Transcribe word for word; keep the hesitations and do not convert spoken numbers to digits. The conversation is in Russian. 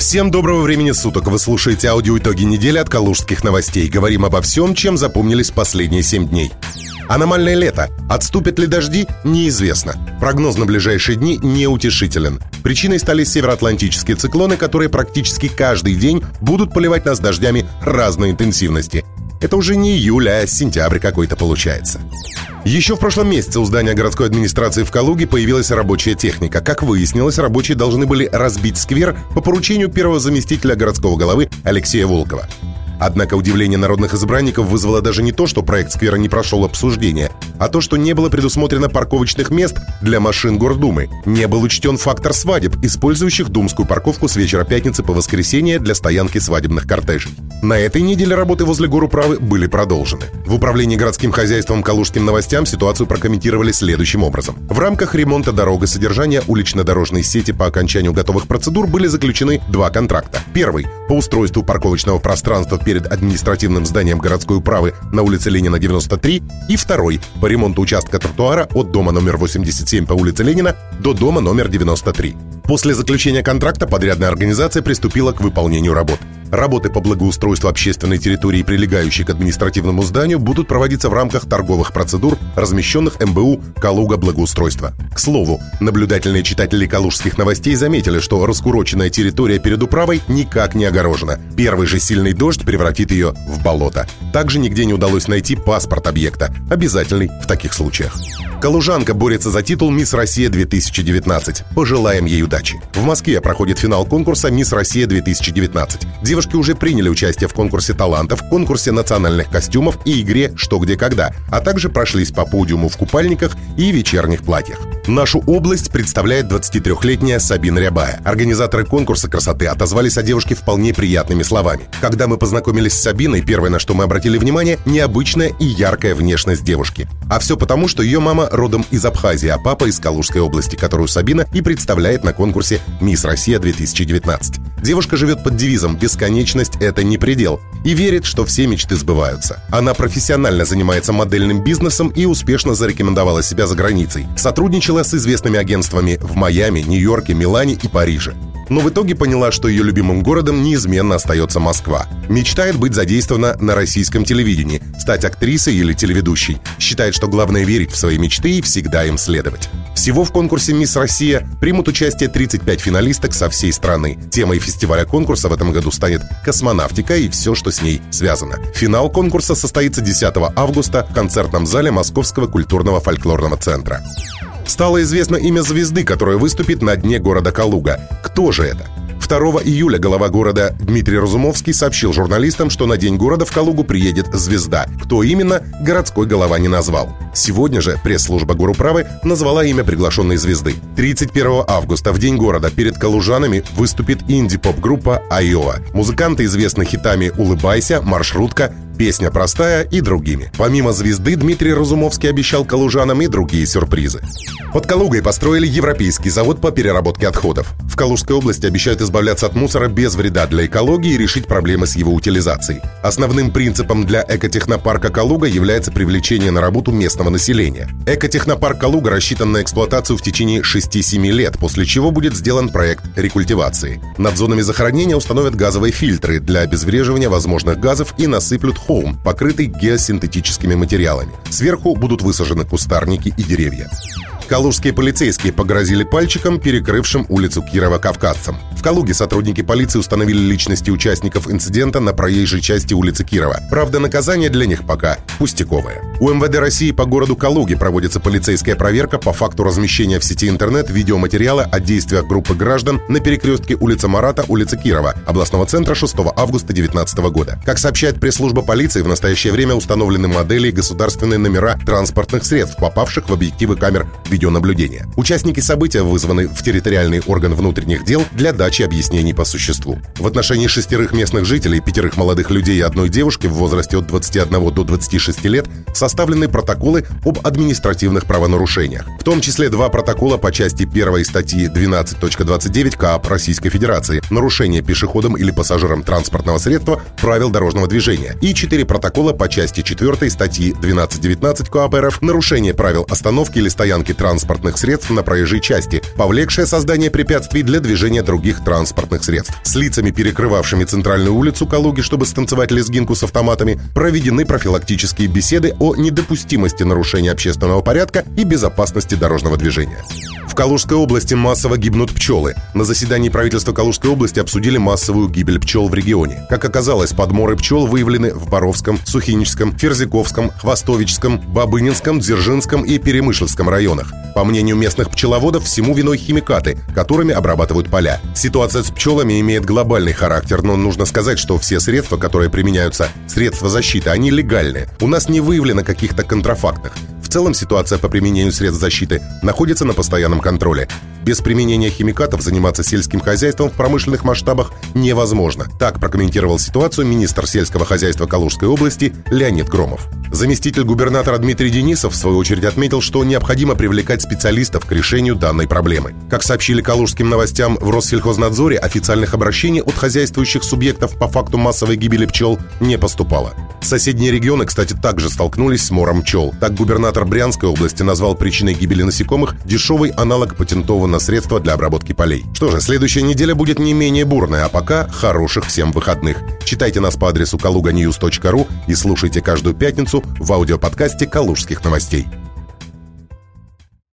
Всем доброго времени суток. Вы слушаете аудиоитоги недели от Калужских новостей. Говорим обо всем, чем запомнились последние семь дней. Аномальное лето. Отступят ли дожди? Неизвестно. Прогноз на ближайшие дни неутешителен. Причиной стали североатлантические циклоны, которые практически каждый день будут поливать нас дождями разной интенсивности. Это уже не июль, а сентябрь какой-то получается. Еще в прошлом месяце у здания городской администрации в Калуге появилась рабочая техника. Как выяснилось, рабочие должны были разбить сквер по поручению первого заместителя городского головы Алексея Волкова. Однако удивление народных избранников вызвало даже не то, что проект сквера не прошел обсуждение, а то, что не было предусмотрено парковочных мест для машин Гордумы. Не был учтен фактор свадеб, использующих думскую парковку с вечера пятницы по воскресенье для стоянки свадебных кортежей. На этой неделе работы возле Горуправы были продолжены. В управлении городским хозяйством Калужским новостям ситуацию прокомментировали следующим образом. В рамках ремонта дорог и содержания улично-дорожной сети по окончанию готовых процедур были заключены два контракта. Первый – по устройству парковочного пространства перед административным зданием городской управы на улице Ленина, девяносто три, и второй – по ремонту участка тротуара от дома номер восемьдесят семь по улице Ленина до дома номер девяносто три. После заключения контракта подрядная организация приступила к выполнению работ. Работы по благоустройству общественной территории, прилегающей к административному зданию, будут проводиться в рамках торговых процедур, размещенных эм бэ у «Калуга благоустройство». К слову, наблюдательные читатели калужских новостей заметили, что раскуроченная территория перед управой никак не огорожена. Первый же сильный дождь превратит ее в болото. Также нигде не удалось найти паспорт объекта, обязательный в таких случаях. Калужанка борется за титул «Мисс Россия-две тысячи девятнадцать». Пожелаем ей удачи. В Москве проходит финал конкурса «Мисс Россия-две тысячи девятнадцать». Девушки уже приняли участие в конкурсе талантов, конкурсе национальных костюмов и игре «Что, где, когда», а также прошлись по подиуму в купальниках и вечерних платьях. Нашу область представляет двадцатитрёхлетняя Сабина Рябая. Организаторы конкурса красоты отозвались о девушке вполне приятными словами. Когда мы познакомились с Сабиной, первое, на что мы обратили внимание, необычная и яркая внешность девушки. А все потому, что ее мама родом из Абхазии, а папа из Калужской области, которую Сабина и представляет на конкурсе «Мисс Россия-две тысячи девятнадцать». Девушка живет под девизом «Бесконечность – это не предел» и верит, что все мечты сбываются. Она профессионально занимается модельным бизнесом и успешно зарекомендовала себя за границей. Сотрудничала с известными агентствами в Майами, Нью-Йорке, Милане и Париже. Но в итоге поняла, что ее любимым городом неизменно остается Москва. Мечтает быть задействована на российском телевидении, стать актрисой или телеведущей. Считает, что главное верить в свои мечты и всегда им следовать. Всего в конкурсе «Мисс Россия» примут участие тридцать пять финалисток со всей страны. Темой фестиваля конкурса в этом году станет космонавтика и все, что с ней связано. Финал конкурса состоится десятого августа в концертном зале Московского культурного фольклорного центра. Стало известно имя звезды, которая выступит на дне города Калуга. Кто же это? второго июля глава города Дмитрий Разумовский сообщил журналистам, что на День города в Калугу приедет звезда. Кто именно, городской голова не назвал. Сегодня же пресс-служба Горуправы назвала имя приглашенной звезды. тридцать первого августа в День города перед калужанами выступит инди-поп-группа «Айова». Музыканты известны хитами «Улыбайся», «Маршрутка», «Песня простая» и другими. Помимо звезды, Дмитрий Разумовский обещал калужанам и другие сюрпризы. Под Калугой построили европейский завод по переработке отходов. В Калужской области обещают избавляться от мусора без вреда для экологии и решить проблемы с его утилизацией. Основным принципом для экотехнопарка Калуга является привлечение на работу местного населения. Экотехнопарк Калуга рассчитан на эксплуатацию в течение шести-семи лет, после чего будет сделан проект рекультивации. Над зонами захоронения установят газовые фильтры для обезвреживания возможных газов и насыплют холм, покрытый геосинтетическими материалами. Сверху будут высажены кустарники и деревья. Калужские полицейские погрозили пальчиком перекрывшим улицу Кирова кавказцам. В Калуге сотрудники полиции установили личности участников инцидента на проезжей части улицы Кирова. Правда, наказание для них пока пустяковое. У эм вэ дэ России по городу Калуге проводится полицейская проверка по факту размещения в сети интернет видеоматериала о действиях группы граждан на перекрестке улица Марата, улица Кирова, областного центра шестого августа две тысячи девятнадцатого года. Как сообщает пресс-служба полиции, в настоящее время установлены модели и государственные номера транспортных средств, попавших в объективы камер видеонаблюдения. Участники события вызваны в территориальный орган внутренних дел для дачи объяснений по существу. В отношении шестерых местных жителей, пятерых молодых людей и одной девушки в возрасте от двадцати одного до двадцати шести лет составлены протоколы об административных правонарушениях. В том числе два протокола по части первой статьи двенадцать точка двадцать девять КАП Российской Федерации «Нарушение пешеходом или пассажиром транспортного средства правил дорожного движения» и четыре протокола по части четвертой статьи двенадцать девятнадцать КоАП РФ «Нарушение правил остановки или стоянки транспортного транспортных средств на проезжей части, повлекшее создание препятствий для движения других транспортных средств. С лицами, перекрывавшими центральную улицу Калуги, чтобы станцевать лезгинку с автоматами, проведены профилактические беседы о недопустимости нарушения общественного порядка и безопасности дорожного движения. В Калужской области массово гибнут пчелы. На заседании правительства Калужской области обсудили массовую гибель пчел в регионе. Как оказалось, подморы пчел выявлены в Боровском, Сухиническом, Ферзяковском, Хвостовическом, Бабынинском, Дзержинском и Перемышльском районах. По мнению местных пчеловодов, всему виной химикаты, которыми обрабатывают поля. Ситуация с пчелами имеет глобальный характер, но нужно сказать, что все средства, которые применяются, средства защиты, они легальные. У нас не выявлено каких-то контрафактных. В целом ситуация по применению средств защиты находится на постоянном контроле. Без применения химикатов заниматься сельским хозяйством в промышленных масштабах невозможно. Так прокомментировал ситуацию министр сельского хозяйства Калужской области Леонид Громов. Заместитель губернатора Дмитрий Денисов, в свою очередь, отметил, что необходимо привлекать специалистов к решению данной проблемы. Как сообщили калужским новостям в Россельхознадзоре, официальных обращений от хозяйствующих субъектов по факту массовой гибели пчел не поступало. Соседние регионы, кстати, также столкнулись с мором пчел. Так губернатор Брянской области назвал причиной гибели насекомых дешевый аналог патентованного средства для обработки полей. Что же, следующая неделя будет не менее бурная, а пока хороших всем выходных. Читайте нас по адресу калуга ньюс точка ру и слушайте каждую пятницу в аудиоподкасте «Калужских новостей».